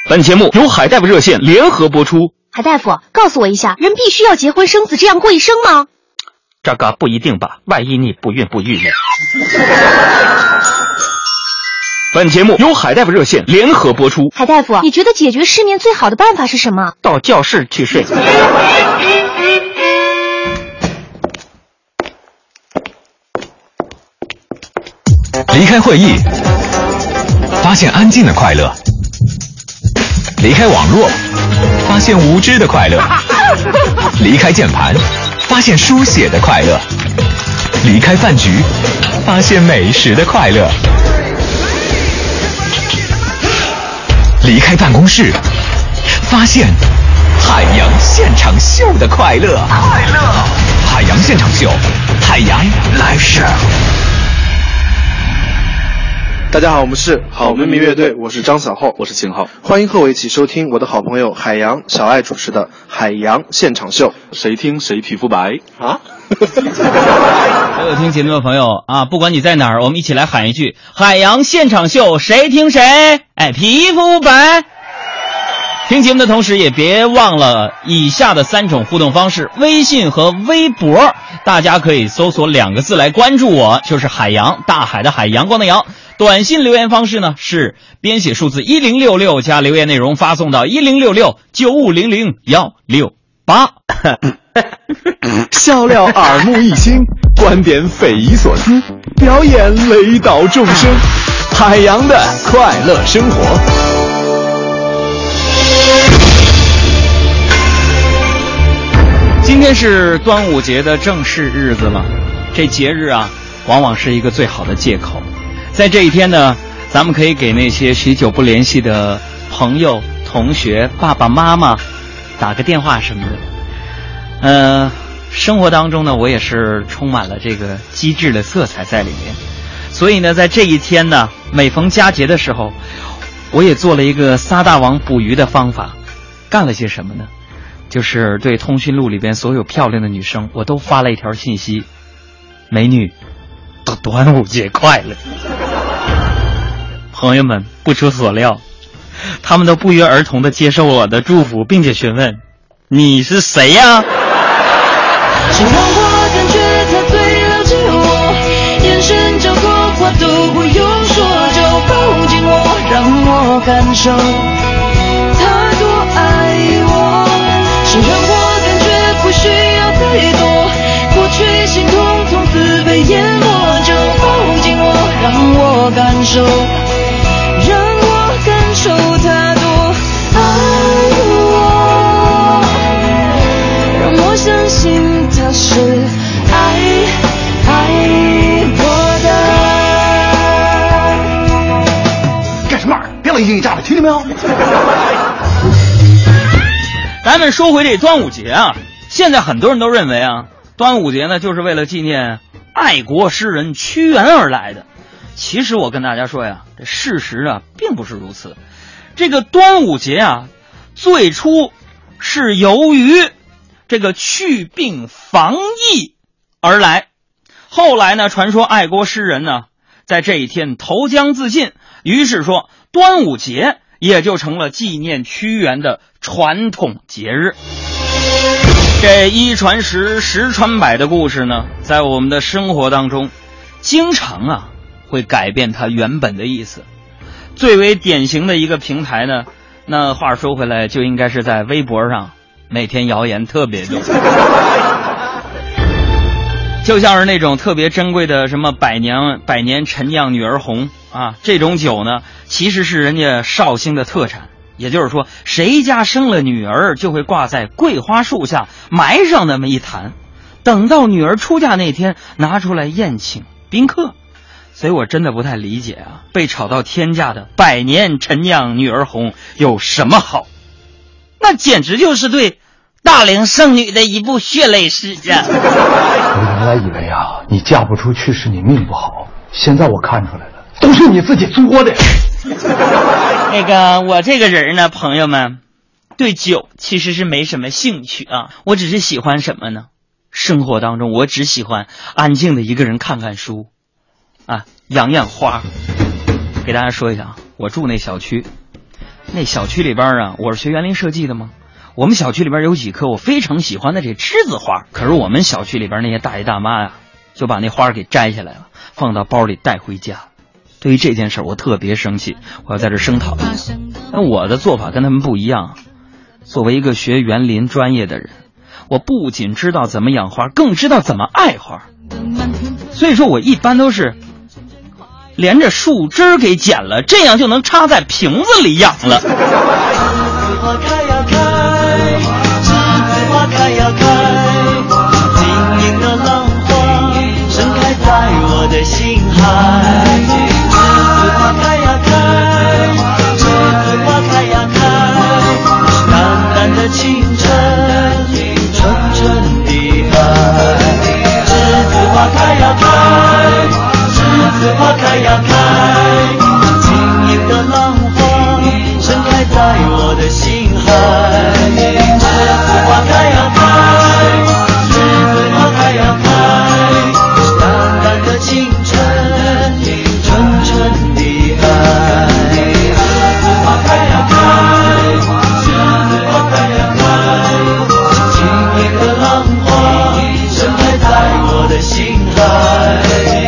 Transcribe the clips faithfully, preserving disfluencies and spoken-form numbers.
本节目由海大夫热线联合播出。 海大夫，告诉我一下，人必须要结婚生子这样过一生吗？ 这个不一定吧，万一你不孕不育呢？本节目由海大夫热线联合播出。 海大夫，你觉得解决失眠最好的办法是什么？ 到教室去睡。 离开会议，发现安静的快乐；离开网络，发现无知的快乐；离开键盘，发现书写的快乐；离开饭局，发现美食的快乐；离开办公室，发现海洋现场秀的快乐。快乐，海洋现场秀，海洋 Live Show。 大家好，我们是好妹妹乐队，我是张小厚， 我是秦昊， 欢迎和我一起收听我的好朋友海洋小爱主持的海洋现场秀。 谁听谁皮肤白啊！ 所有听节目的朋友啊，不管你在哪儿，我们一起来喊一句：海洋现场秀，谁听谁，哎，皮肤白。听节目的同时也别忘了以下的三种互动方式：微信和微博，大家可以搜索两个字来关注我，就是海洋，大海的海，阳光的阳。短信留言方式呢是编写数字一零六六加留言内容发送到一零六六九五零零幺六八。 笑料耳目一新，观点匪夷所思，表演雷倒众生，海洋的快乐生活。 今天是端午节的正式日子了，这节日啊，往往是一个最好的借口。在这一天呢，咱们可以给那些许久不联系的朋友、同学、爸爸妈妈打个电话什么的。呃，生活当中呢，我也是充满了这个机智的色彩在里面。所以呢，在这一天呢，每逢佳节的时候，我也做了一个撒大网捕鱼的方法。干了些什么呢？就是对通讯录里边所有漂亮的女生，我都发了一条信息：美女，端午节快乐。朋友们不出所料，他们都不约而同地接受我的祝福，并且询问：你是谁呀？ 是让我感觉他最了解我，眼神交错，话都不用说就抱紧我，让我感受他多爱我。是让我感觉不需要太多，过去心痛从此被淹没，就抱紧我，让我感受，让我感受他多爱我，让我相信他是爱爱我的。干什么？别冷静一炸了，听见没有？ 咱们说回这端午节啊，现在很多人都认为啊，端午节呢就是为了纪念爱国诗人屈原而来的。其实我跟大家说呀，这事实啊并不是如此。这个端午节啊，最初是由于这个祛病防疫而来，后来呢，传说爱国诗人呢在这一天投江自尽，于是说端午节也就成了纪念屈原的传统节日。这一传十，十传百的故事呢，在我们的生活当中经常啊会改变它原本的意思。最为典型的一个平台呢，那话说回来就应该是在微博上，每天谣言特别多。就像是那种特别珍贵的什么百年百年陈酿女儿红啊，这种酒呢其实是人家绍兴的特产。也就是说，谁家生了女儿就会挂在桂花树下埋上那么一坛，等到女儿出嫁那天拿出来宴请宾客。所以我真的不太理解啊，被炒到天价的百年陈酿女儿红有什么好？那简直就是对大龄剩女的一部血泪史啊！ 我原来以为啊，你嫁不出去是你命不好，现在我看出来了，都是你自己作的。 那个我这个人呢，朋友们，对酒其实是没什么兴趣啊，我只是喜欢什么呢？生活当中我只喜欢安静的一个人看看书啊，养养花。给大家说一下，我住那小区， 那小区里边啊，我是学园林设计的嘛，我们小区里边有几棵我非常喜欢的这栀子花，可是我们小区里边那些大爷大妈呀、啊，就把那花给摘下来了，放到包里带回家。对于这件事我特别生气，我要在这声讨一下。但我的做法跟他们不一样，作为一个学园林专业的人，我不仅知道怎么养花，更知道怎么爱花，所以说我一般都是连着树枝给剪了，这样就能插在瓶子里养了。栀子花开呀开，栀子花开呀开，晶莹的浪花盛开在我的心海。栀子花开呀开，栀子花开呀开，淡淡的清晨，纯纯的爱。栀子花开呀开，栀子花开呀开，晶莹的浪花盛开在我的心海。栀子花开呀开，栀子花开呀开，淡淡的清晨，纯纯的爱。栀子花开呀开，栀子花开呀开，晶莹的浪花盛开在我的心海。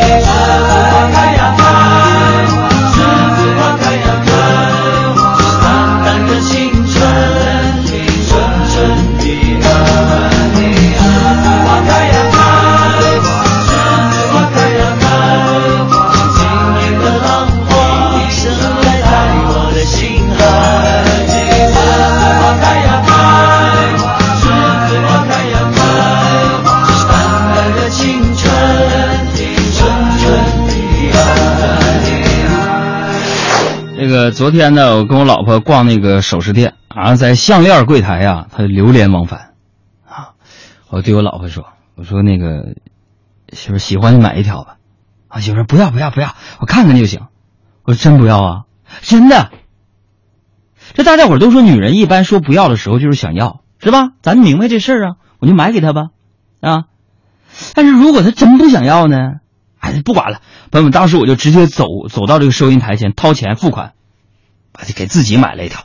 这个昨天呢，我跟我老婆逛那个首饰店啊，在项链柜台啊，她流连忘返啊。我对我老婆说：“我说那个媳妇喜欢你买一条吧。”啊，媳妇说：“不要不要不要，我看看就行。”我说：“真不要啊？真的？这大家伙都说女人一般说不要的时候就是想要，是吧？咱明白这事儿啊，我就买给她吧啊。但是如果她真不想要呢？哎，不管了，朋友们，当时我就直接走走到这个收银台前掏钱付款，把这给自己买了一条，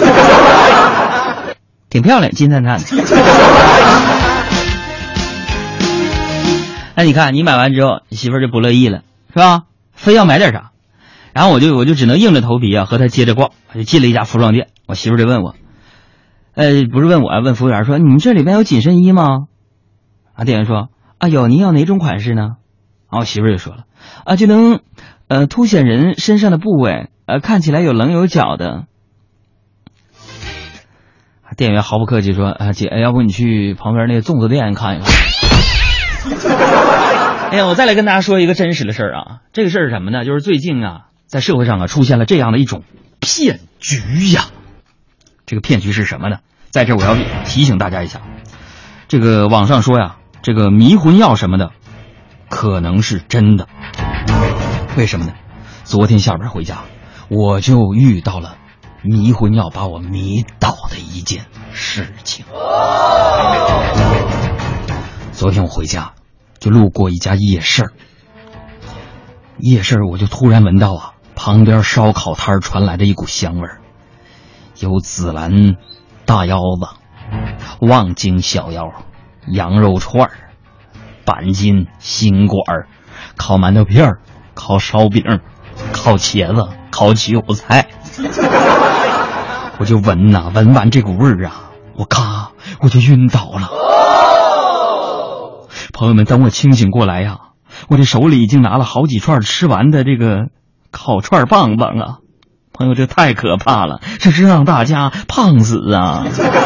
挺漂亮，金灿灿的。那你看，你买完之后，你媳妇儿就不乐意了，是吧？非要买点啥，然后我就我就只能硬着头皮啊和她接着逛，就进了一家服装店。我媳妇儿就问我，呃，不是问我啊，问服务员说：“你们这里边有紧身衣吗？”啊，店员说：“啊，有，您要哪种款式呢？”然后我媳妇儿就说了：“啊，就能，呃，凸显人身上的部位，呃，看起来有棱有角的。”店员毫不客气说：“啊，姐，要不你去旁边那个粽子店看一看。”哎呀，我再来跟大家说一个真实的事儿啊，这个事儿是什么呢？就是最近啊，在社会上啊出现了这样的一种骗局呀。这个骗局是什么呢？在这我要提醒大家一下，这个网上说呀，这个迷魂药什么的。可能是真的，为什么呢？昨天下班回家，我就遇到了迷魂药把我迷倒的一件事情。昨天我回家就路过一家夜市，夜市我就突然闻到啊，旁边烧烤摊传来的一股香味儿，有紫兰大腰子、望京小腰、羊肉串儿。板筋、心管、烤馒头片、烤烧饼、烤茄子、烤韭菜，我就闻呐、啊，闻完这股味儿啊，我咔我就晕倒了。朋友们，等我清醒过来呀、啊，我这手里已经拿了好几串吃完的这个烤串棒棒啊！朋友，这太可怕了，这是让大家胖死啊！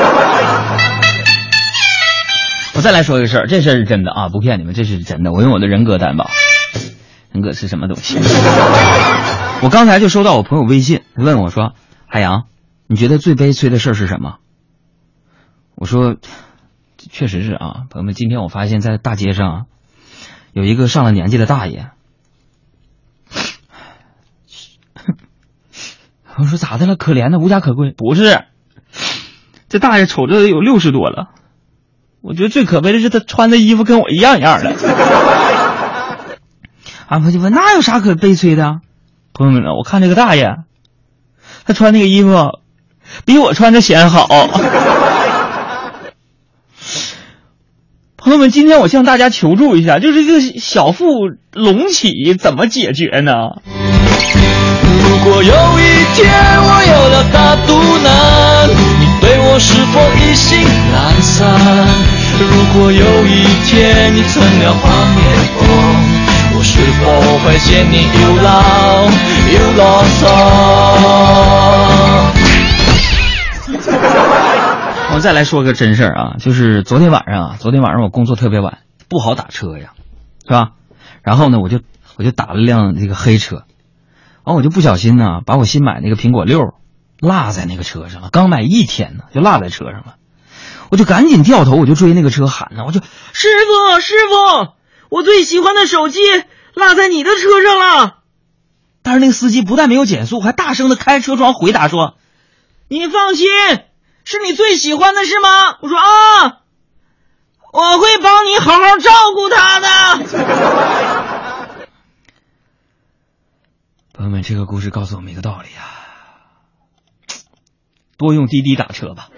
我再来说一个事儿，这事儿是真的啊，不骗你们，这是真的。我用我的人格担保。人格是什么东西？我刚才就收到我朋友微信，问我说：“海洋，你觉得最悲催的事儿是什么？”我说：“确实是啊，朋友们，今天我发现在大街上有一个上了年纪的大爷。”我说：“咋的了？可怜的，无家可归？”不是，这大爷瞅着有六十多了。我觉得最可悲的是他穿的衣服跟我一样一样的。啊，我就问那有啥可悲催的？朋友们，我看这个大爷，他穿那个衣服比我穿着鞋好。朋友们，今天我向大家求助一下，就是这个小腹隆起怎么解决呢？ 如果有一天我有了大肚腩，你对我是否意兴阑珊？如果有一天你成了黄脸婆，我是否会嫌你又老又啰嗦？我再来说个真事儿啊，就是昨天晚上啊，昨天晚上我工作特别晚，不好打车呀，是吧？然后呢，我就我就打了辆这个黑车。完，我就不小心呢，把我新买那个苹果六落在那个车上了。刚买一天呢，就落在车上了。我就赶紧掉头，我就追那个车喊呢，我就师傅师傅，我最喜欢的手机落在你的车上了。但是那个司机不但没有减速，还大声的开车窗回答说：“你放心，是你最喜欢的是吗？”我说啊，我会帮你好好照顾他的。朋友们，这个故事告诉我们一个道理啊，多用滴滴打车吧。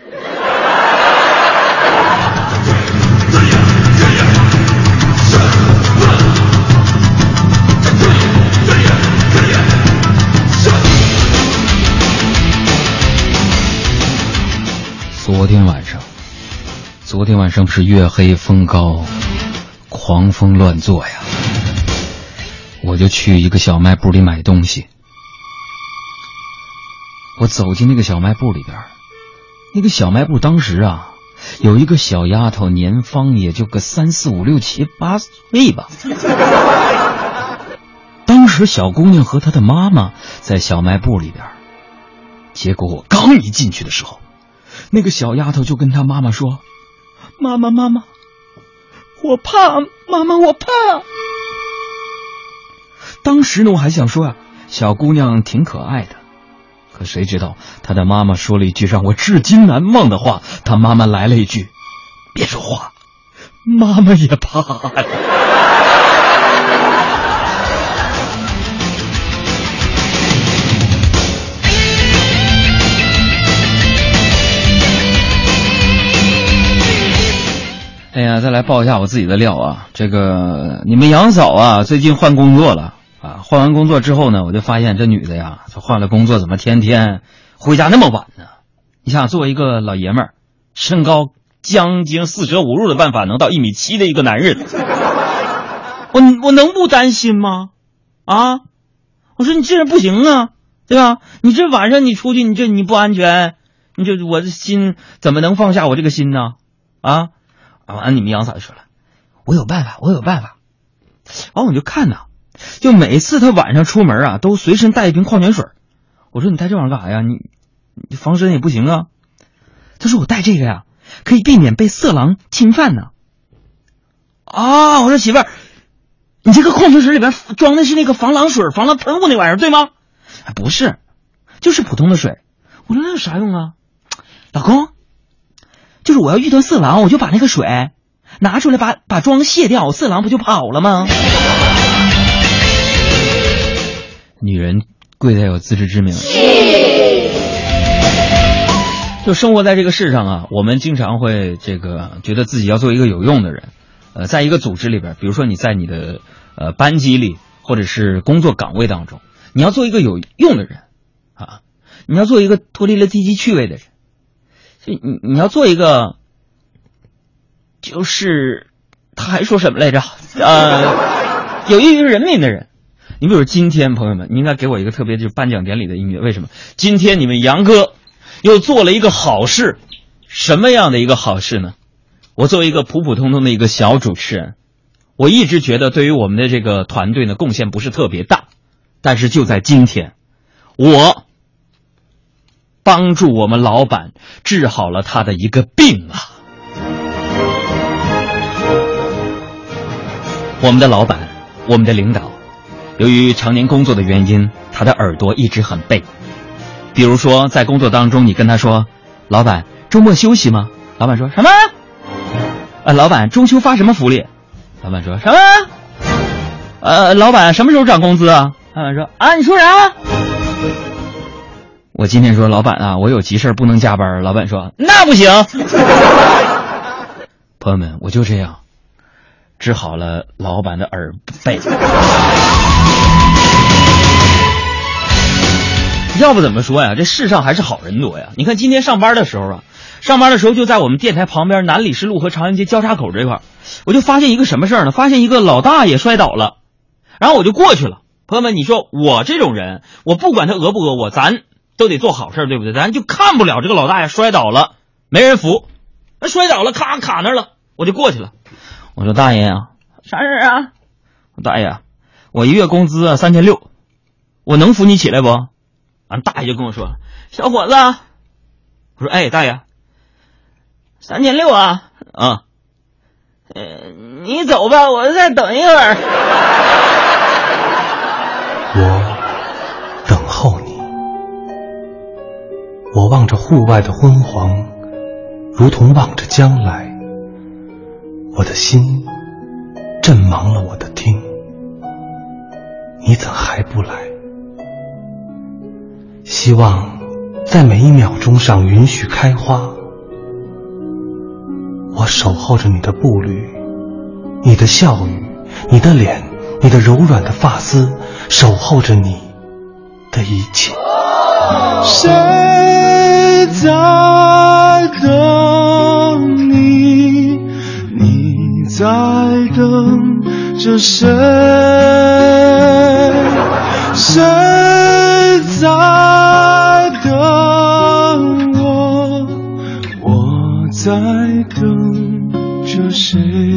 昨天晚上，昨天晚上是月黑风高，狂风乱作呀。我就去一个小卖部里买东西。我走进那个小卖部里边，那个小卖部当时啊，有一个小丫头，年方也就个三四五六七八岁吧。当时小姑娘和她的妈妈在小卖部里边，结果我刚一进去的时候，那个小丫头就跟她妈妈说：“妈妈妈妈，我怕，妈妈我怕。”当时呢，我还想说啊，小姑娘挺可爱的，可谁知道她的妈妈说了一句让我至今难忘的话。她妈妈来了一句：“别说话，妈妈也怕呀。”哎呀，再来爆一下我自己的料啊！这个你们杨嫂啊，最近换工作了。啊，换完工作之后呢，我就发现这女的呀，她换了工作怎么天天回家那么晚呢？你想，作为一个老爷们儿，身高将近四舍五入的办法能到一米七的一个男人，我我能不担心吗？啊，我说你这人不行啊，对吧？你这晚上你出去，你这你不安全，你这我的心怎么能放下我这个心呢？啊，完你们杨嫂就说了，我有办法，我有办法。完我就看呐。就每次他晚上出门啊，都随身带一瓶矿泉水。我说你带这玩意儿干啥呀？你你防身也不行啊。他说我带这个呀，可以避免被色狼侵犯呢。啊，我说媳妇儿，你这个矿泉水里边装的是那个防狼水、防狼喷雾那玩意儿，对吗？不是，就是普通的水。我说那有啥用啊？老公，就是我要遇到色狼，我就把那个水拿出来把，把把妆卸掉，色狼不就跑了吗？女人贵在有自知之明。就生活在这个世上啊，我们经常会这个觉得自己要做一个有用的人。呃，在一个组织里边，比如说你在你的呃班级里，或者是工作岗位当中，你要做一个有用的人啊，你要做一个脱离了低级趣味的人，就你你要做一个，就是他还说什么来着？呃，有益于人民的人。你比如今天，朋友们，你应该给我一个特别就是颁奖典礼的音乐。为什么？今天你们杨哥又做了一个好事，什么样的一个好事呢？我作为一个普普通通的一个小主持人，我一直觉得对于我们的这个团队呢贡献不是特别大，但是就在今天，我帮助我们老板治好了他的一个病啊。我们的老板，我们的领导，由于常年工作的原因，他的耳朵一直很背。比如说在工作当中，你跟他说，老板周末休息吗？老板说什么？呃，老板中秋发什么福利？老板说什么？呃，老板什么时候涨工资啊？老板说啊，你说啥？ 我今天说老板啊，我有急事不能加班。老板说那不行。朋友们，我就这样治好了老板的耳背。要不怎么说呀，这世上还是好人多呀。你看今天上班的时候啊，上班的时候就在我们电台旁边南礼士路和长安街交叉口这块，我就发现一个什么事儿呢？发现一个老大爷摔倒了，然后我就过去了。朋友们，你说我这种人，我不管他讹不讹我，咱都得做好事，对不对？咱就看不了这个老大爷摔倒了没人扶，那摔倒了咔卡那儿了，我就过去了。我说大爷啊，啥事啊？大爷，我一月工资啊三千六，我能扶你起来不？俺大爷就跟我说，小伙子，我说哎大爷，三千六啊，啊，呃，你走吧，我再等一会儿。 我等候你，我望着户外的昏黄，如同望着将来。我的心震忙了我的听，你怎还不来？希望在每一秒钟上允许开花。我守候着你的步履，你的笑语，你的脸，你的柔软的发丝，守候着你的一切。 谁在等你？你在等着谁？谁在等我？我在等着谁？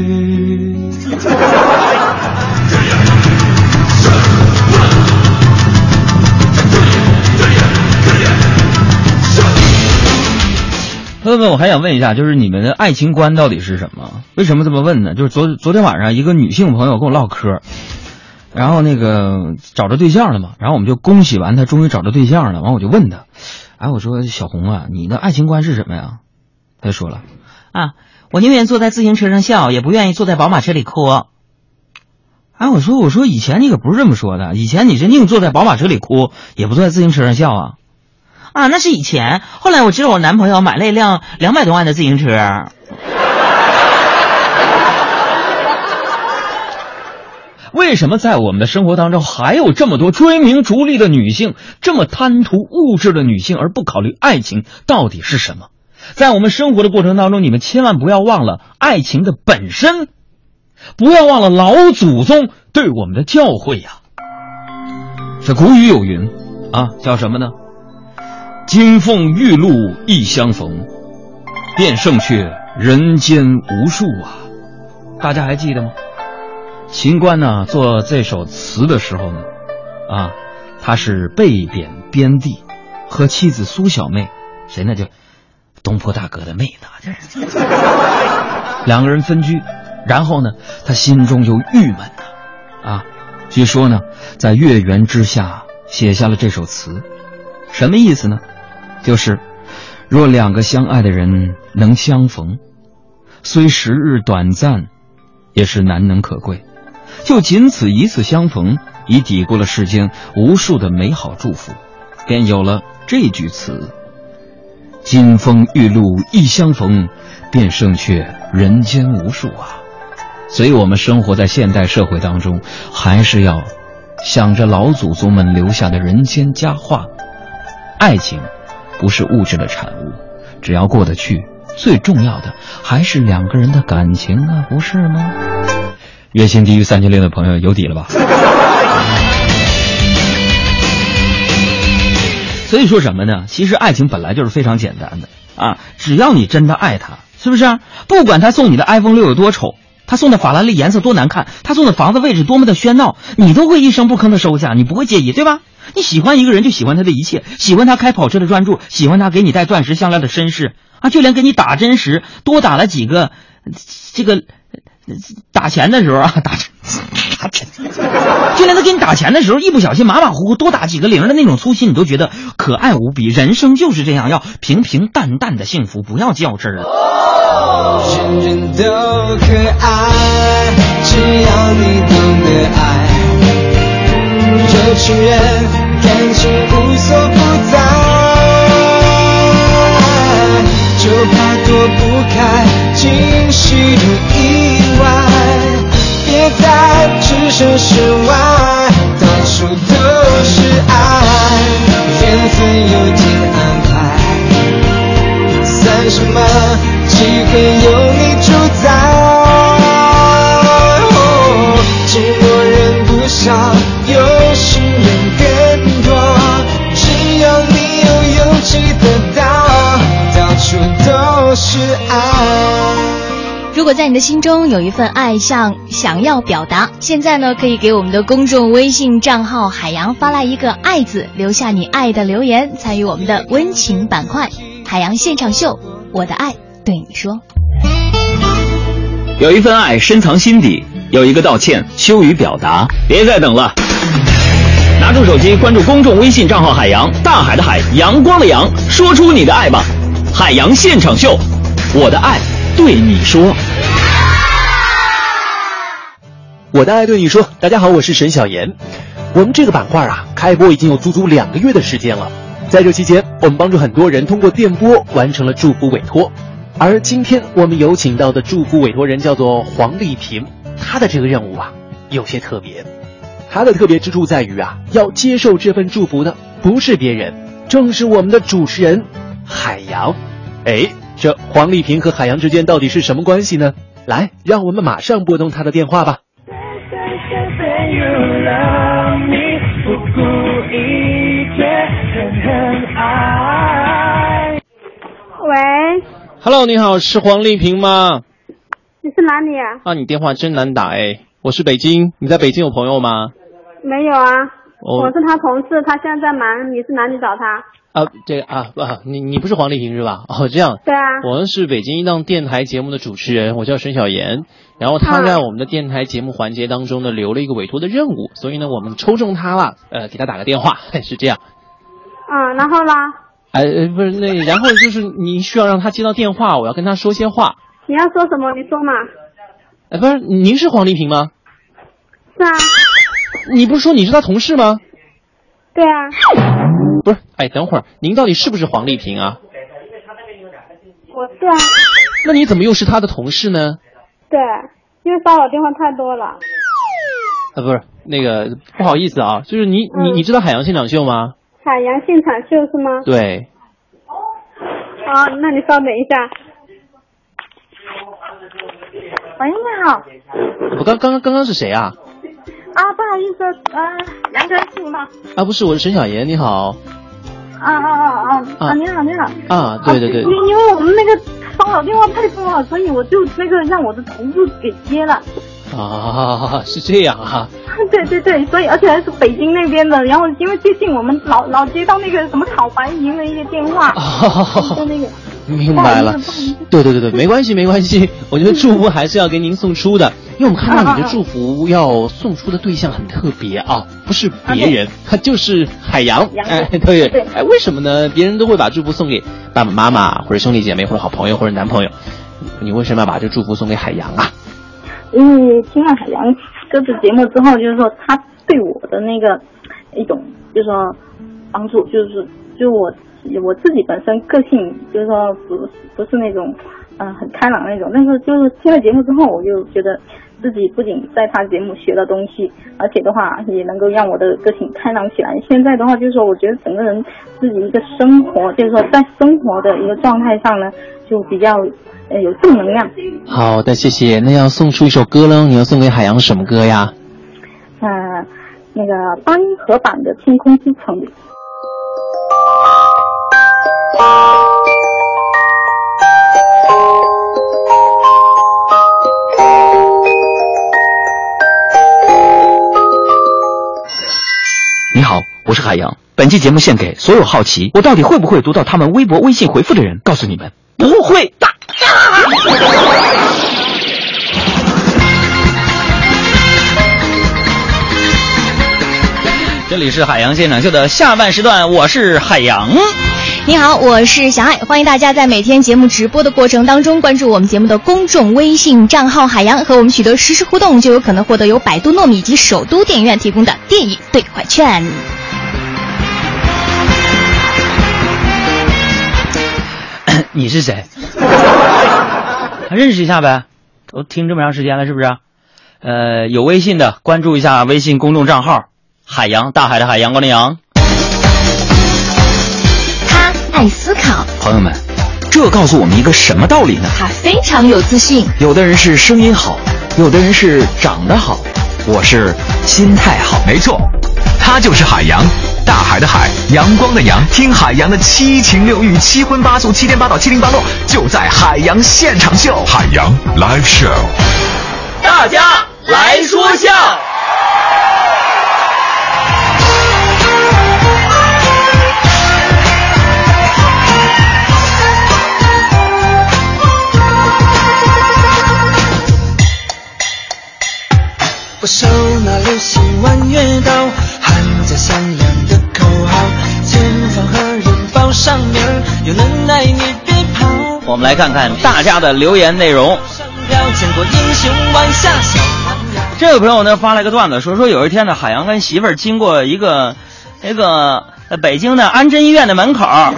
朋友们，我还想问一下，就是你们的爱情观到底是什么？为什么这么问呢？就是昨昨天晚上一个女性朋友跟我唠嗑，然后那个找着对象了嘛，然后我们就恭喜完她终于找着对象了，完我就问她，哎，我说小红啊，你的爱情观是什么呀？她就说了，啊，我宁愿坐在自行车上笑，也不愿意坐在宝马车里哭。哎，我说我说以前你可不是这么说的，以前你是宁坐在宝马车里哭，也不坐在自行车上笑啊。啊，那是以前，后来我知道我男朋友买了一辆两百多万的自行车。为什么在我们的生活当中还有这么多追名逐利的女性，这么贪图物质的女性，而不考虑爱情到底是什么？在我们生活的过程当中，你们千万不要忘了爱情的本身，不要忘了老祖宗对我们的教诲呀。这古语有云啊，叫什么呢？金凤玉露一相逢，便胜却人间无数啊！大家还记得吗？秦观呢做这首词的时候呢，啊，他是被贬边地，和妻子苏小妹，谁呢？就东坡大哥的妹呢，这是两个人分居，然后呢，他心中就郁闷了，啊，据说呢，在月圆之下写下了这首词，什么意思呢？就是若两个相爱的人能相逢，虽时日短暂，也是难能可贵，就仅此一次相逢，已抵过了世间无数的美好祝福，便有了这句词：金风玉露一相逢，便胜却人间无数啊。所以我们生活在现代社会当中，还是要想着老祖宗们留下的人间佳话，爱情不是物质的产物，只要过得去，最重要的还是两个人的感情啊，不是吗？月薪低于三千六的朋友有底了吧？所以说什么呢？其实爱情本来就是非常简单的啊，只要你真的爱他，是不是啊？不管他送你的 iPhone 六有多丑，他送的法拉利颜色多难看，他送的房子位置多么的喧闹，你都会一声不吭的收下，你不会介意，对吧？你喜欢一个人就喜欢他的一切，喜欢他开跑车的专注，喜欢他给你戴钻石项链的绅士啊，就连给你打针时多打了几个这个打钱的时候啊，打打钱，就连他给你打钱的时候一不小心马马虎虎多打几个零的那种粗心，你都觉得可爱无比。人生就是这样，要平平淡淡的幸福，不要较真儿啊。 人人都可爱，只要你懂得爱，这情人感情无所不在。 城市外，到处都是爱，缘分有尽安排，算什么机会有你主宰，哦，寂寞人不少，有心人更多，只要你有勇气得到，到处都是爱。 如果在你的心中有一份爱想想要表达，现在呢可以给我们的公众微信账号海洋发来一个爱字，留下你爱的留言，参与我们的温情板块海洋现场秀，我的爱对你说。 有一份爱深藏心底，有一个道歉羞于表达，别再等了，拿出手机关注公众微信账号海洋，大海的海，阳光的阳，说出你的爱吧。海洋现场秀，我的爱对你说。 我的爱对你说。大家好，我是沈小妍。我们这个板块啊，开播已经有足足两个月的时间了。在这期间，我们帮助很多人通过电波完成了祝福委托。而今天我们有请到的祝福委托人叫做黄丽萍，她的这个任务啊有些特别。她的特别之处在于啊，要接受这份祝福的不是别人，正是我们的主持人海洋。哎，这黄丽萍和海洋之间到底是什么关系呢？来，让我们马上拨通她的电话吧。 喂 Hello， 你好，是黄丽萍吗？ 你是哪里啊？ 啊，你电话真难打哎，我是北京，你在北京有朋友吗？ 没有啊， 哦、 我是他同事，他现在在忙，你是哪里找他？ 啊，这个啊啊，你你不是黄丽萍是吧？哦，这样。 对啊。 我是北京一档电台节目的主持人，我叫沈小妍。然后他在我们的电台节目环节当中呢，留了一个委托的任务，所以呢，我们抽中他了，呃，给他打个电话，是这样。 嗯，然后呢？ 哎，不是那，然后就是你需要让他接到电话，我要跟他说些话。 你要说什么？你说嘛。 哎，不是，您是黄丽萍吗？ 是啊。 你不是说你是他同事吗？ 对啊。 不是，哎，等会儿，您到底是不是黄丽萍啊？ 我是啊。 那你怎么又是他的同事呢？ 对，因为骚扰电话太多了。 啊，不是，那个不好意思啊，就是你、嗯、你你知道海洋现场秀吗？ 海洋现场秀是吗？ 对。 好，那你稍等一下。喂，你好。 我刚刚刚刚是谁啊？ 啊，不好意思，呃，杨真是吗？ 啊，不是，我是沈小妍，你好。 啊啊啊啊啊！你好，你好。 啊，对对对。 因、啊、因为我们那个骚扰电话太多了，所以我就那个让我的同事给接了。 啊，是这样啊。 对对对，所以而且还是北京那边的，然后因为最近我们老老接到那个什么炒白银的一些电话， 哦、 就那个。 明白了，对对对对，没关系没关系，我觉得祝福还是要给您送出的，因为我们看到你的祝福要送出的对象很特别啊，不是别人，他就是海洋，哎，对，哎，为什么呢？别人都会把祝福送给爸爸妈妈或者兄弟姐妹或者好朋友或者男朋友，你为什么要把这祝福送给海洋啊？ 因为听了海洋哥的节目之后，就是说他对我的那个一种就是说帮助，就是就我。我自己本身个性就是说不不是那种嗯、呃、很开朗那种，但是就是听了节目之后，我就觉得自己不仅在他节目学到东西，而且的话也能够让我的个性开朗起来。现在的话就是说，我觉得整个人自己一个生活，就是说在生活的一个状态上呢，就比较呃有正能量。 好的，谢谢。那要送出一首歌呢？你要送给海洋什么歌呀？ 呃，那个八音盒版的《天空之城》。 你好，我是海洋。本期节目献给所有好奇我到底会不会读到他们微博微信回复的人，告诉你们不会的。 这里是海洋现场秀的下半时段，我是海洋。 你好，我是小爱，欢迎大家在每天节目直播的过程当中关注我们节目的公众微信账号海洋，和我们取得实时互动，就有可能获得由百度糯米以及首都电影院提供的电影兑换券。 你是谁？认识一下呗，都听这么长时间了，是不是？ 呃，有微信的关注一下微信公众账号海洋，大海的海，阳光的阳。 他爱思考。 朋友们，这告诉我们一个什么道理呢？ 他非常有自信。 有的人是声音好，有的人是长得好，我是心态好。 没错，他就是海洋，大海的海，阳光的阳。听海洋的七情六欲，七荤八素，七颠八倒，七零八落，就在海洋现场秀。海洋 Live Show， 大家来说笑。 我手拿流星弯月刀，喊着响亮的口号，前方和人报上名，有能耐你别跑。 我们来看看大家的留言内容。 见过英雄弯下小这位朋友呢发了个段子，说说有一天呢，海洋跟媳妇儿经过一个那个呃北京的安贞医院的门口啊，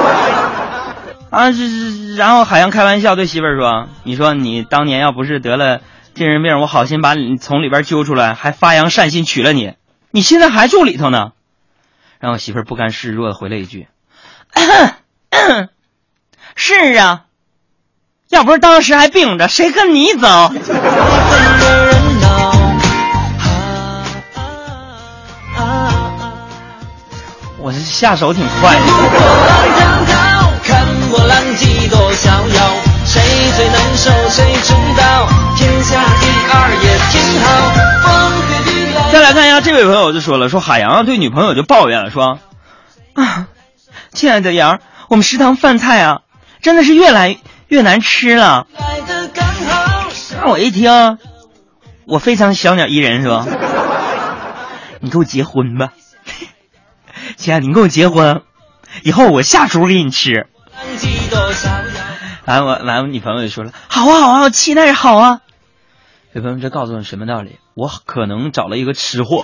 是然后海洋开玩笑对媳妇儿说：“你说你当年要不是得了精神病，我好心把你从里边揪出来，还发扬善心娶了你，你现在还住里头呢。”然后媳妇儿不甘示弱的回了一句：“是啊，要不是当时还病着，谁跟你走？”我这下手挺快的。 看我浪迹多逍遥，谁最难受谁知道，天下第二也挺好。风和雨来。 再来看一下这位朋友就说了，说海洋对女朋友就抱怨了，说啊，亲爱的杨，我们食堂饭菜啊真的是越来越难吃了。让我一听，我非常小鸟依人，说你跟我结婚吧，亲爱的，你跟我结婚，以后我下厨给你吃。完我完我女朋友就说了，好啊好啊，我期待着好啊。女朋友这告诉我什么道理？我可能找了一个吃货。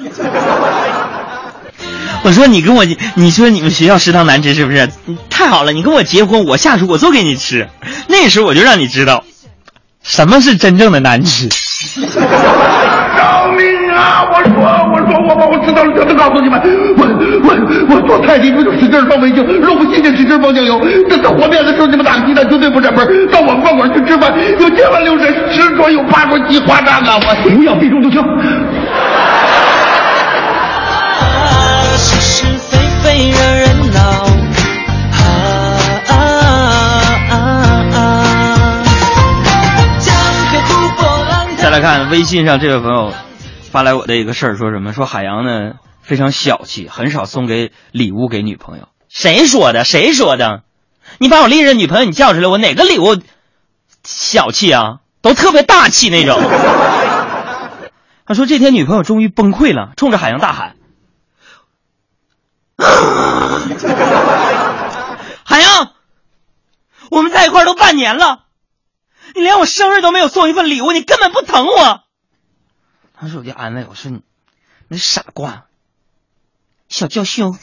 我说你跟我，你说你们学校食堂难吃是不是？太好了，你跟我结婚，我下厨我做给你吃。那时候我就让你知道什么是真正的难吃。 饶命啊！我说我说我把我知道了，全都告诉你们。我我我做菜的时候就使劲放味精，肉不新鲜使劲放酱油。这这和面的时候你们打鸡蛋绝对不沾边。到我们饭馆去吃饭，有千万流水，十桌有八桌鸡花账啊！我不要避重就轻。 是是非非惹人恼。 再来看微信上这位朋友发来我的一个事儿，说什么？说海洋呢非常小气，很少送给礼物给女朋友。谁说的？谁说的？你把我历任女朋友你叫出来，我哪个礼物小气啊？都特别大气那种。他说这天女朋友终于崩溃了，冲着海洋大喊：“海洋，我们在一块儿都半年了。你连我生日都没有送一份礼物，你根本不疼我。”当时我就安慰我说：“你那傻瓜，小娇羞，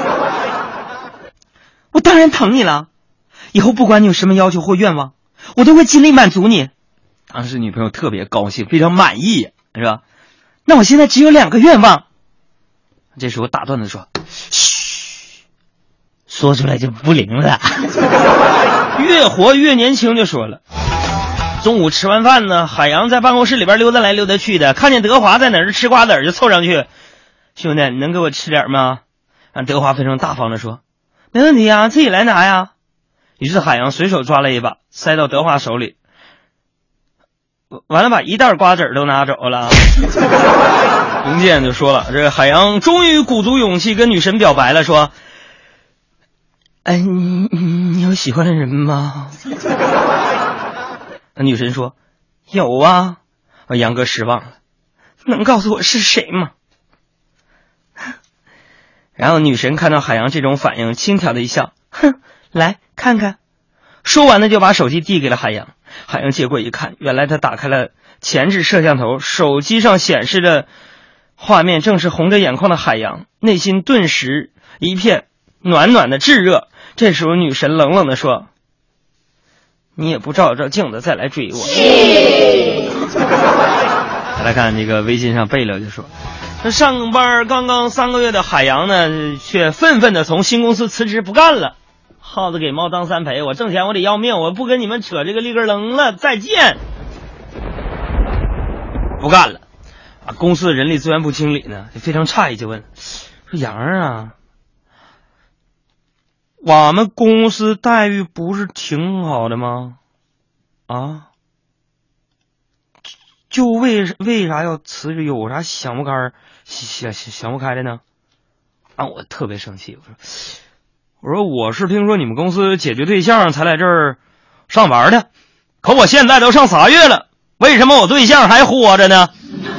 我当然疼你了。以后不管你有什么要求或愿望，我都会尽力满足你。”当时女朋友特别高兴，非常满意，是吧？那我现在只有两个愿望。这时候打断的说：“嘘，说出来就不灵了。”越活越年轻就说了。中午吃完饭呢，海洋在办公室里边溜达来溜达去的，看见德华在哪儿吃瓜子儿，就凑上去：“兄弟，你能给我吃点吗？”让德华非常大方的说：“没问题啊，自己来拿呀。”于是海洋随手抓了一把，塞到德华手里，完了把一袋瓜子儿都拿走了。龙健就说了，这个海洋终于鼓足勇气跟女神表白了，说：“哎，你你有喜欢的人吗？”那女神说：“有啊。”杨哥失望了，能告诉我是谁吗？然后女神看到海洋这种反应，轻佻的一笑，哼，来看看。说完呢，就把手机递给了海洋。海洋接过一看，原来他打开了前置摄像头，手机上显示的画面正是红着眼眶的海洋，内心顿时一片暖暖的炙热。这时候女神冷冷的说：“你也不照照镜子再来追我。” 再来看这个微信上贝勒就说，这上班刚刚三个月的海洋呢，却愤愤的从新公司辞职不干了。耗子给猫当三陪，我挣钱我得要命，我不跟你们扯这个立根楞了，再见。不干了啊！公司的人力资源部经理呢就非常诧异，就问说：“杨儿啊，我们公司待遇不是挺好的吗？啊？就为为啥要辞职？有啥想不开想想想不开的呢？”啊，我特别生气，我说：“我说我是听说你们公司解决对象才来这儿上班的，可我现在都上仨月了。”为什么我对象还活着呢？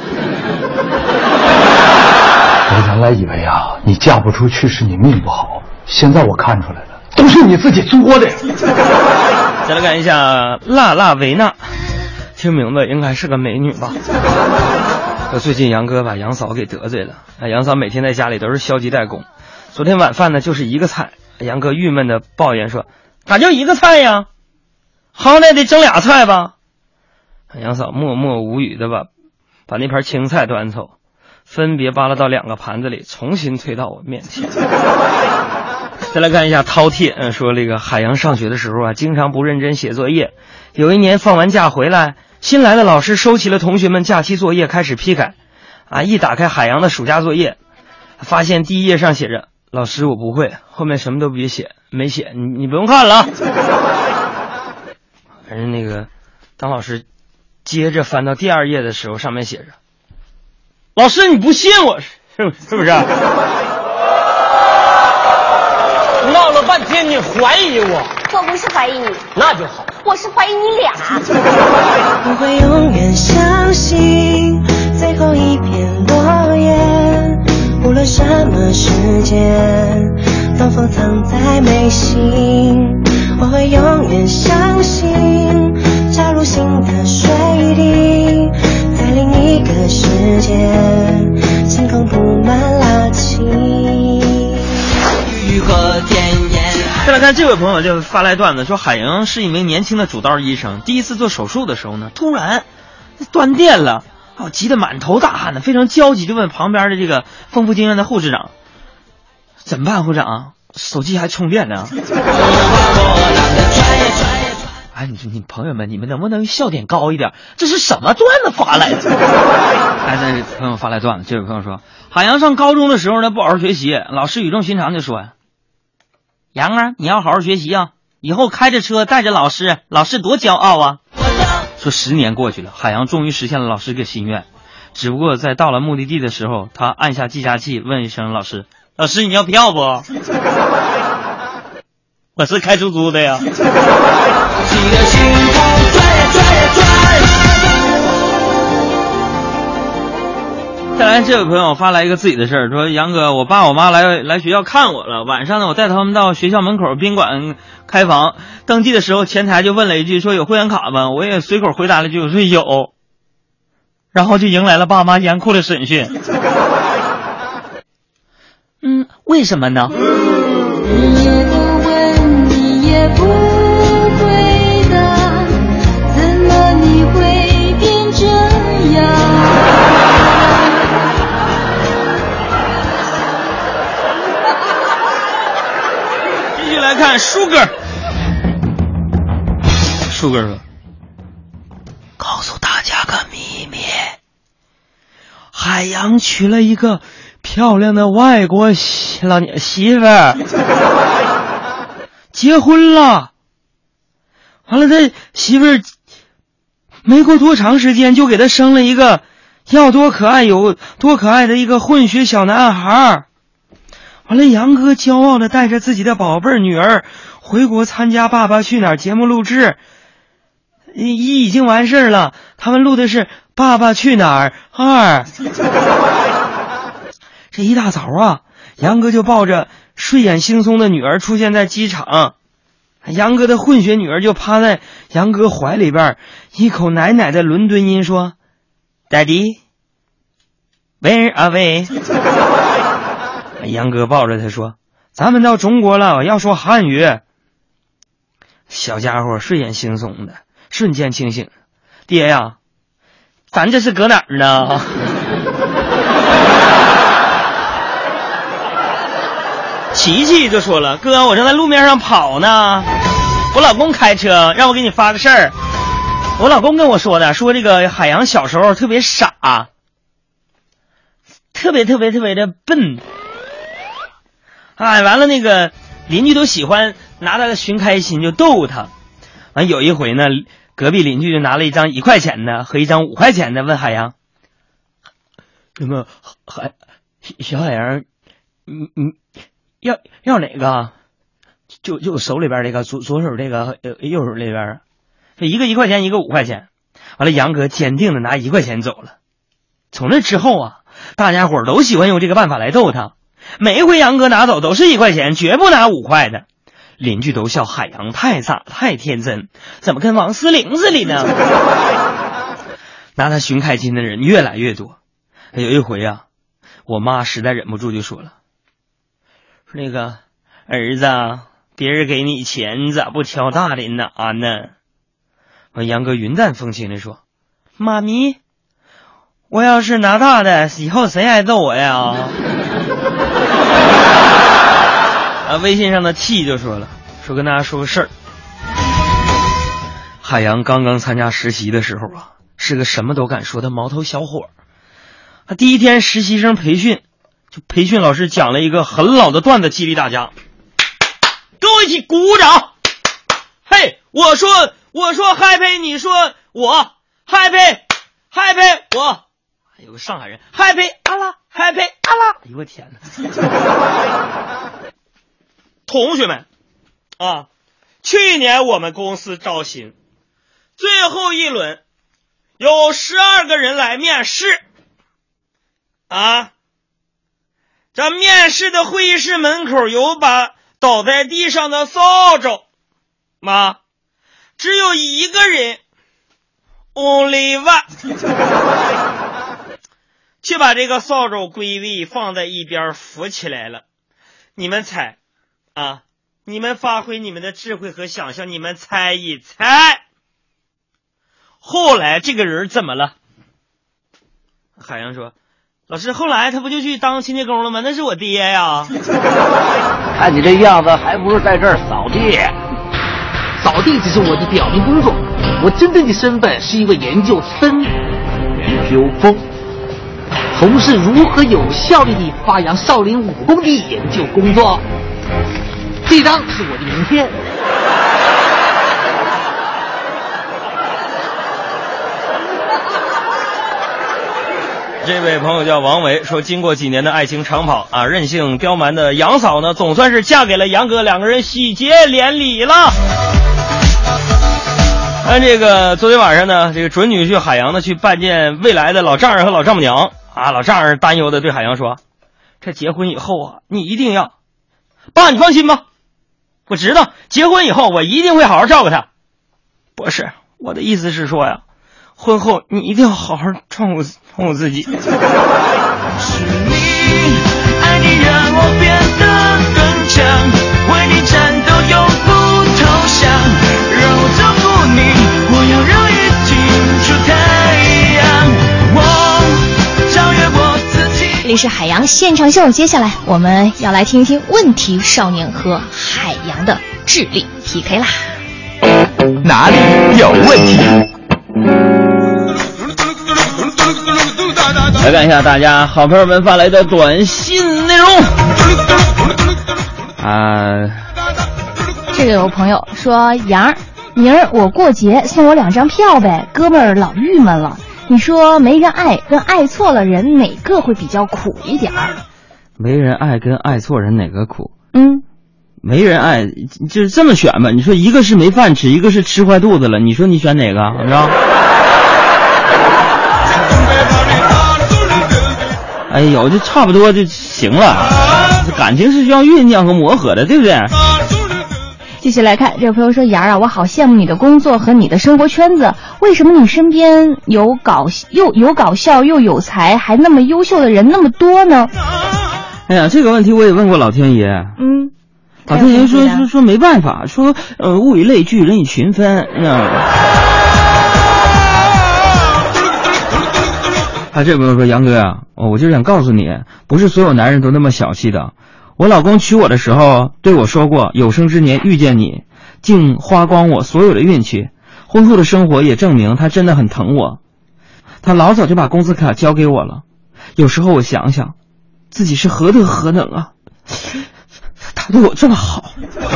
我原来以为啊，你嫁不出去是你命不好，现在我看出来了，都是你自己作的。 再来看一下辣辣维娜，听名字应该是个美女吧？最近杨哥把杨嫂给得罪了，杨嫂每天在家里都是消极怠工，昨天晚饭呢就是一个菜，杨哥郁闷的抱怨说：“咋就一个菜呀？好歹得整俩菜吧。”杨嫂默默无语的把把那盘青菜端走，分别扒拉到两个盘子里，重新推到我面前。再来看一下饕餮，嗯，说这个海洋上学的时候啊，经常不认真写作业。有一年放完假回来，新来的老师收齐了同学们假期作业，开始批改。啊，一打开海洋的暑假作业，发现第一页上写着：“老师，我不会。”后面什么都别写，没写，你你不用看了啊。反正那个，当老师接着翻到第二页的时候，上面写着：“老师，你不信我，是不是？是不是？” 闹了半天，你怀疑我？ 我不是怀疑你， 那就好。 我是怀疑你俩。 我会永远相信最后一片落叶，无论什么时间，都封藏在眉心。我会永远相信插入新的水滴，在另一个世界，星空布满垃圾。 雨和田野。再来看这位朋友就发来段子说，海洋是一名年轻的主刀医生，第一次做手术的时候呢，突然断电了，哦，急得满头大汗的，非常焦急，就问旁边的这个丰富经验的护士长：“怎么办，护士长？手机还充电呢？”哎，你说你朋友们，你们能不能笑点高一点？这是什么段子发来的？哎，这朋友发来段子，这位朋友说，海洋上高中的时候呢，不好好学习，老师语重心长就说：“杨啊，你要好好学习啊，以后开着车带着老师，老师多骄傲啊！”说十年过去了，海洋终于实现了老师个心愿，只不过在到了目的地的时候，他按下计价器，问一声老师：“老师，你要票不？”我是开出租的呀。再来，这位朋友发来一个自己的事儿，说杨哥，我爸我妈来来学校看我了，晚上呢，我带他们到学校门口宾馆开房，登记的时候前台就问了一句，说有会员卡吗？我也随口回答了一句，我说有，然后就迎来了爸妈严酷的审讯。嗯，为什么呢？ 你也不问，你也不回答，怎么你会变这样？ 继续来看舒哥，舒哥说：“告诉大家个秘密，海洋娶了一个漂亮的外国媳老娘媳妇儿，结婚了。完了，他媳妇儿没过多长时间就给他生了一个要多可爱有多可爱的一个混血小男孩。完了，杨哥骄傲的带着自己的宝贝女儿回国参加《爸爸去哪儿》节目录制，一已经完事了，他们录的是《爸爸去哪儿二》。这一大早啊，杨哥就抱着睡眼惺忪的女儿出现在机场，杨哥的混血女儿就趴在杨哥怀里边，一口奶奶的伦敦音说 Daddy Where are we？ 杨哥抱着她说，咱们到中国了，要说汉语。小家伙睡眼惺忪的瞬间清醒，爹呀， 咱这是搁哪儿呢？琪琪就说了，哥，我正在路面上跑呢，我老公开车让我给你发个事儿。我老公跟我说的，说这个海洋小时候特别傻，特别特别特别的笨。哎，完了那个邻居都喜欢拿他寻开心，就逗他。完有一回呢，隔壁邻居就拿了一张一块钱的和一张五块钱的，问海洋：“什么海小海洋，你你要要哪个？就就手里边这个，左左手这个，呃，右手这边，一个一块钱，一个五块钱。”完了，杨哥坚定的拿一块钱走了。从那之后啊，大家伙都喜欢用这个办法来逗他。每一回杨哥拿走都是一块钱，绝不拿五块的。邻居都笑海洋太傻太天真，怎么跟王思玲似的呢？拿他寻开心的人越来越多。有一回啊，我妈实在忍不住就说了，说那个儿子，别人给你钱，你咋不挑大的拿呢？完，杨哥云淡风轻的说，妈咪，我要是拿大的，以后谁还逗我呀？啊，微信上的 T 就说了，说跟大家说个事儿。海洋刚刚参加实习的时候啊，是个什么都敢说的毛头小伙。他第一天实习生培训，就培训老师讲了一个很老的段子，激励大家。跟我一起鼓鼓掌。嘿，我说我说 happy， 你说我 happy happy 我。有个上海人 happy 阿拉 happy 阿拉，哎呦我天哪！同学们啊，去年我们公司招新，最后一轮有十二个人来面试啊。这面试的会议室门口有把倒在地上的扫帚，妈，只有一个人 only one 却把这个扫帚归位放在一边扶起来了。你们猜啊，你们发挥你们的智慧和想象，你们猜一猜，后来这个人怎么了？海洋说，老师，后来他不就去当清洁工了吗？那是我爹呀。 看你这样子，还不如在这儿扫地。扫地只是我的表面工作，我真正的身份是一位研究生，研究风，从事如何有效率地发扬少林武功的研究工作。这张是我的名片。 这位朋友叫王维，说经过几年的爱情长跑啊，任性刁蛮的杨嫂呢，总算是嫁给了杨哥，两个人喜结连理了。按这个昨天晚上呢，这个准女婿海洋呢去拜见未来的老丈人和老丈母娘啊，老丈人担忧的对海洋说，这结婚以后啊，你一定要，爸你放心吧，我知道结婚以后我一定会好好照顾他。不是，我的意思是说呀，婚后你一定要好好照顾照顾自己。是你爱你让我变得更强，为你战斗永不投降，让我照顾你，我要让雨停出太阳，我超越我自己。 这里是海洋现场秀，接下来我们要来听一听问题少年和海洋的智力 P K 啦。 哪里有问题？ 来看一下大家好朋友们发来的短信内容啊。 这个有朋友说，杨儿明儿我过节送我两张票呗，哥们儿老郁闷了，你说没人爱跟爱错了人哪个会比较苦一点儿？ 没人爱跟爱错人哪个苦？ 嗯， 没人爱就是这么选吧，你说一个是没饭吃，一个是吃坏肚子了，你说你选哪个？是吧？哎呦，这差不多就行了，感情是需要酝酿和磨合的，对不对？ 继续来看，这个朋友说，杨儿啊，我好羡慕你的工作和你的生活圈子，为什么你身边有搞又有搞笑又有才还那么优秀的人那么多呢？ 哎呀，这个问题我也问过老天爷。 嗯， 老天爷说说说没办法，说呃物以类聚，人以群分，那啊，这朋友说杨哥啊，哦，我就想告诉你，不是所有男人都那么小气的。我老公娶我的时候对我说过，有生之年遇见你，竟花光我所有的运气。婚后的生活也证明他真的很疼我，他老早就把工资卡交给我了。有时候我想想，自己是何德何能啊，他对我这么好。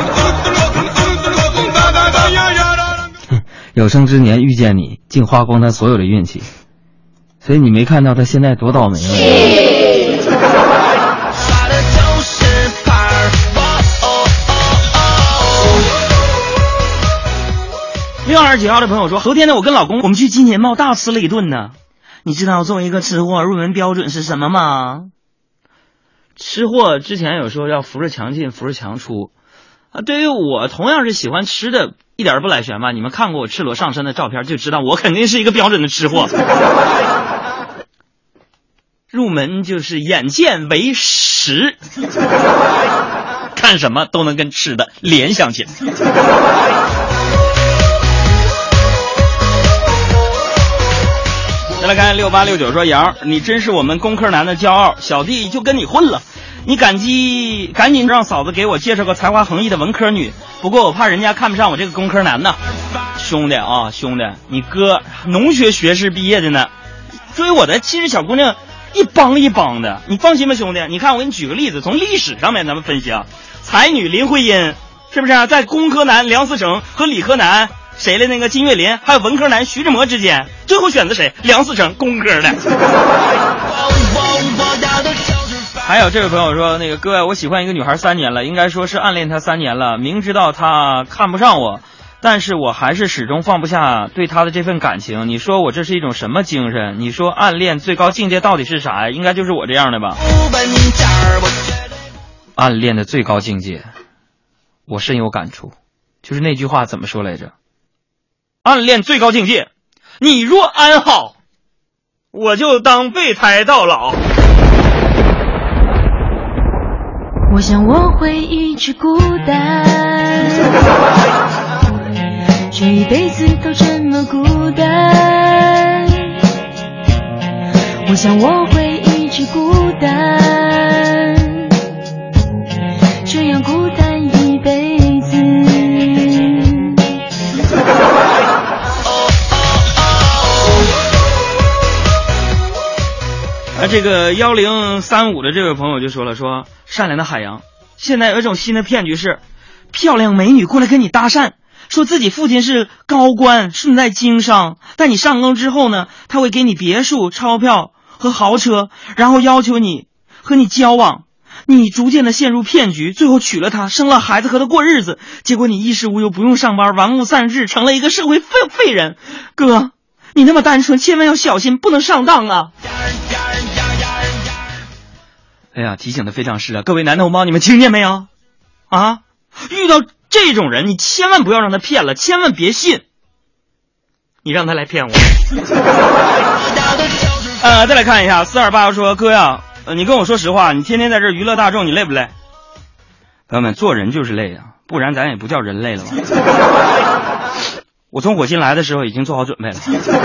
有生之年遇见你，竟花光他所有的运气，所以你没看到他现在多倒霉吗？ 六二九号的朋友说，昨天呢，我跟老公我们去金钱豹大吃了一顿呢。你知道作为一个吃货入门标准是什么吗？吃货之前有说要扶着墙进，扶着墙出啊。对于我同样是喜欢吃的，一点不来玄吧。你们看过我赤裸上身的照片，就知道我肯定是一个标准的吃货。入门就是眼见为实，看什么都能跟吃的联想起来。再来看六八六九说，杨，你真是我们工科男的骄傲，小弟就跟你混了，你感激赶紧让嫂子给我介绍个才华横溢的文科女，不过我怕人家看不上我这个工科男呢。兄弟啊，兄弟，你哥农学学士毕业的呢，追我的其实小姑娘一帮一帮的，你放心吧，兄弟。你看我给你举个例子，从历史上面咱们分析啊，才女林徽因是不是啊，在工科男梁思成和理科男谁的那个金岳霖，还有文科男徐志摩之间，最后选择谁？梁思成，工科的。还有这位朋友说，那个哥，我喜欢一个女孩三年了，应该说是暗恋她三年了，明知道她看不上我，但是我还是始终放不下对她的这份感情。你说我这是一种什么精神？你说暗恋最高境界到底是啥呀？应该就是我这样的吧。暗恋的最高境界，我深有感触，就是那句话怎么说来着？暗恋最高境界，你若安好，我就当备胎到老。 我想我会一直孤单，这一辈子都这么孤单。我想我会一直孤单，这样孤单一辈子。 啊，这个幺零三五的这位朋友就说了，说善良的海洋，现在有一种新的骗局是，漂亮美女过来跟你搭讪，说自己父亲是高官，顺带经商，但你上工之后呢，他会给你别墅、钞票和豪车，然后要求你和你交往，你逐渐的陷入骗局，最后娶了她，生了孩子和她过日子，结果你衣食无忧，不用上班，玩物丧志，成了一个社会废废人。哥，你那么单纯，千万要小心，不能上当啊！哎呀，提醒的非常是啊，各位男同胞，你们听见没有？啊，遇到这种人，你千万不要让他骗了，千万别信，你让他来骗我。呃，再来看一下，四二八说，哥呀，呃，你跟我说实话，你天天在这娱乐大众，你累不累？朋友们，做人就是累啊，不然咱也不叫人类了吧。我从火星来的时候已经做好准备了。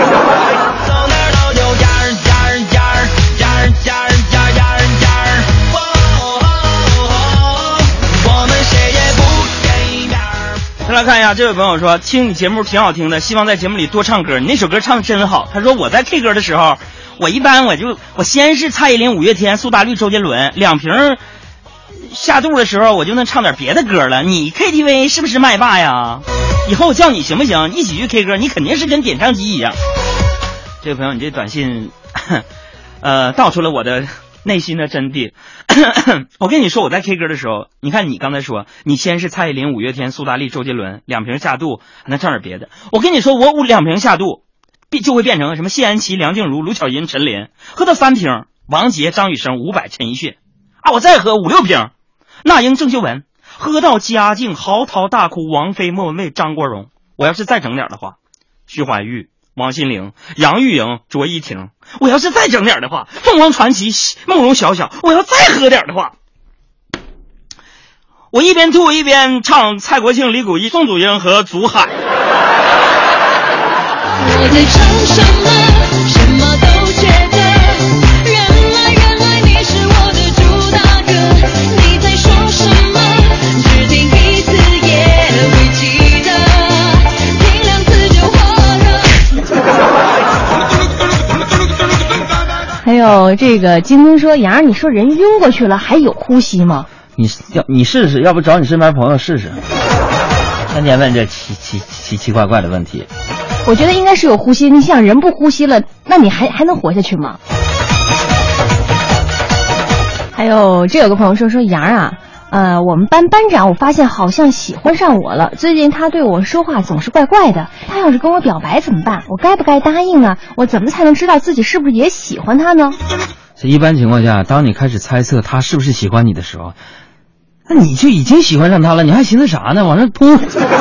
再来看一下，这位朋友说，听你节目挺好听的，希望在节目里多唱歌，你那首歌唱的真好。他说我在 K 歌的时候，我一般我就我先是蔡依林、五月天、苏打绿、周杰伦，两瓶下肚的时候我就能唱点别的歌了。你 K T V 是不是麦霸呀？以后我叫你行不行？一起去 K 歌，你肯定是跟点唱机一样。这位朋友，你这短信呃道出了我的内心的真谛。我跟你说，我在 K 歌的时候，你看你刚才说你先是蔡依林、五月天、苏打绿、周杰伦，两瓶下肚还能唱点别的。我跟你说，我五两瓶下肚就会变成什么谢安琪、梁静茹、卢巧音、陈琳，喝到三瓶王杰、张雨生、伍佰、陈奕迅啊，我再喝五六瓶那英、郑秀文，喝到嘉靖嚎啕大哭，王菲、莫文蔚、张国荣。我要是再整点的话，徐怀钰、王心凌、杨钰莹、卓依婷。我要是再整点的话，凤凰传奇、梦容晓晓。我要再喝点的话，我一边吐一边唱蔡国庆、李谷一、宋祖英和祖海。 我在唱什么，什么都觉得还有这个金东说，杨儿，你说人晕过去了还有呼吸吗？ 你要你试试，要不找你身边朋友试试。天天问这奇奇奇奇怪怪的问题。 我觉得应该是有呼吸，你想人不呼吸了，那你还还能活下去吗？还有这有个朋友说说杨儿啊，呃，我们班班长我发现好像喜欢上我了，最近他对我说话总是怪怪的，他要是跟我表白怎么办？我该不该答应呢？我怎么才能知道自己是不是也喜欢他呢？ 这一般情况下，当你开始猜测他是不是喜欢你的时候，那你就已经喜欢上他了，你还寻思啥呢？往上扑。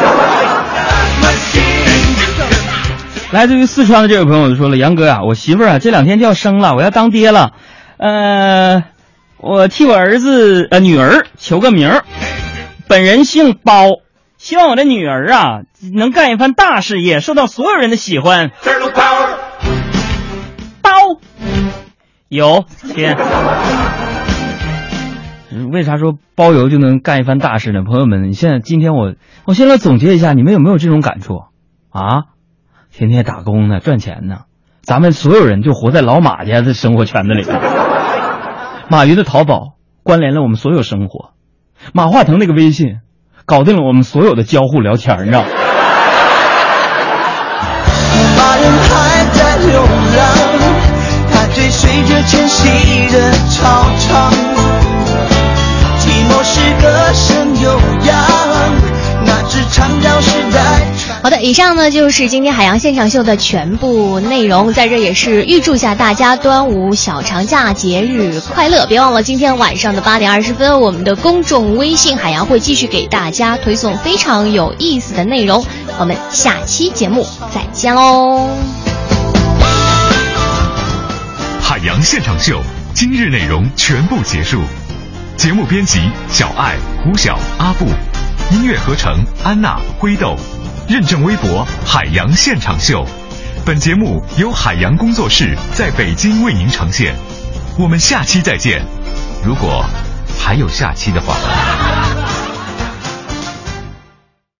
来自于四川的这位朋友就说了，杨哥啊，我媳妇儿啊这两天就要生了，我要当爹了，呃，我替我儿子呃女儿求个名儿，本人姓包，希望我的女儿啊能干一番大事业，受到所有人的喜欢。包有天。为啥说包邮就能干一番大事呢？朋友们，你现在今天我我先来总结一下，你们有没有这种感触啊？天天打工呢，赚钱呢，咱们所有人就活在老马家的生活圈子里面。马云的淘宝关联了我们所有生活，马化腾那个微信搞定了我们所有的交互聊天，你知道。 马人还在流浪，他追随着迁徙的潮场，寂寞是歌声悠扬，那只长调时代。 好的，以上呢就是今天海洋现场秀的全部内容，在这也是预祝下大家端午小长假节日快乐。别忘了今天晚上的八点二十分，我们的公众微信海洋会继续给大家推送非常有意思的内容，我们下期节目再见喽。 海洋现场秀今日内容全部结束，节目编辑小爱、胡晓、阿布，音乐合成安娜、灰豆，认证微博海洋现场秀。本节目由海洋工作室在北京为您呈现，我们下期再见，如果还有下期的话。